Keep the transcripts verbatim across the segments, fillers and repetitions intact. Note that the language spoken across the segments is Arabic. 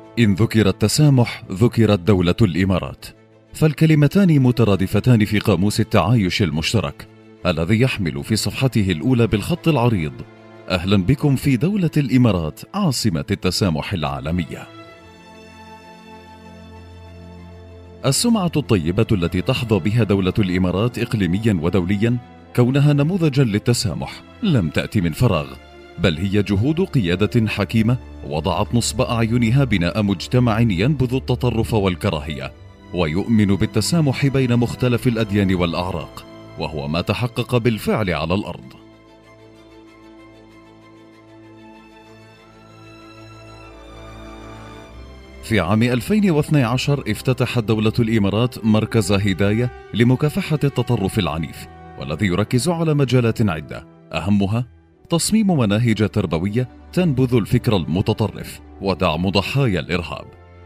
إن ذكر التسامح ذكرت دولة الإمارات، فالكلمتان مترادفتان في قاموس التعايش المشترك الذي يحمل في صفحته الأولى بالخط العريض: أهلا بكم في دولة الإمارات عاصمة التسامح العالمية. السمعة الطيبة التي تحظى بها دولة الإمارات إقليميا ودوليا كونها نموذجا للتسامح لم تأتي من فراغ، بل هي جهود قيادة حكيمة وضعت نصب أعينها بناء مجتمع ينبذ التطرف والكراهية ويؤمن بالتسامح بين مختلف الأديان والأعراق، وهو ما تحقق بالفعل على الأرض. في عام ألفين واثني عشر افتتحت دولة الإمارات مركز هداية لمكافحة التطرف العنيف، والذي يركز على مجالات عدة أهمها تصميم مناهج تربوية تنبذ الفكر المتطرف ودعم ضحايا الإرهاب.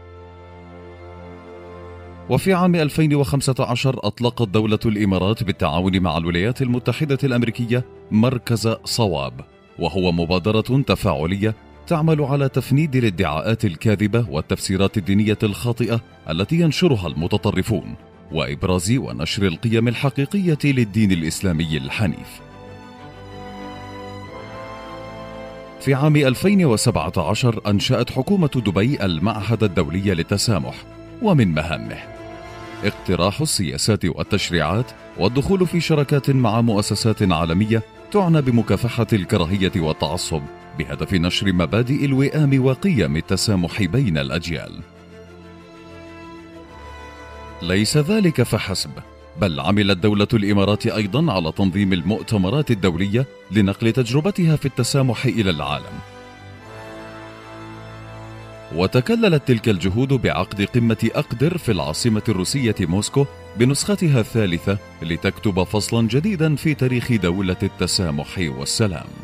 وفي عام ألفين وخمسة عشر أطلقت دولة الإمارات بالتعاون مع الولايات المتحدة الأمريكية مركز صواب، وهو مبادرة تفاعلية تعمل على تفنيد الادعاءات الكاذبة والتفسيرات الدينية الخاطئة التي ينشرها المتطرفون، وإبراز ونشر القيم الحقيقية للدين الإسلامي الحنيف. في عام ألفين وسبعة عشر أنشأت حكومة دبي المعهد الدولي للتسامح، ومن مهامه اقتراح السياسات والتشريعات والدخول في شراكات مع مؤسسات عالمية تعنى بمكافحة الكراهية والتعصب بهدف نشر مبادئ الوئام وقيم التسامح بين الأجيال. ليس ذلك فحسب، بل عملت دولة الإمارات أيضا على تنظيم المؤتمرات الدولية لنقل تجربتها في التسامح إلى العالم. وتكللت تلك الجهود بعقد قمة أقدر في العاصمة الروسية موسكو بنسختها الثالثة لتكتب فصلا جديدا في تاريخ دولة التسامح والسلام.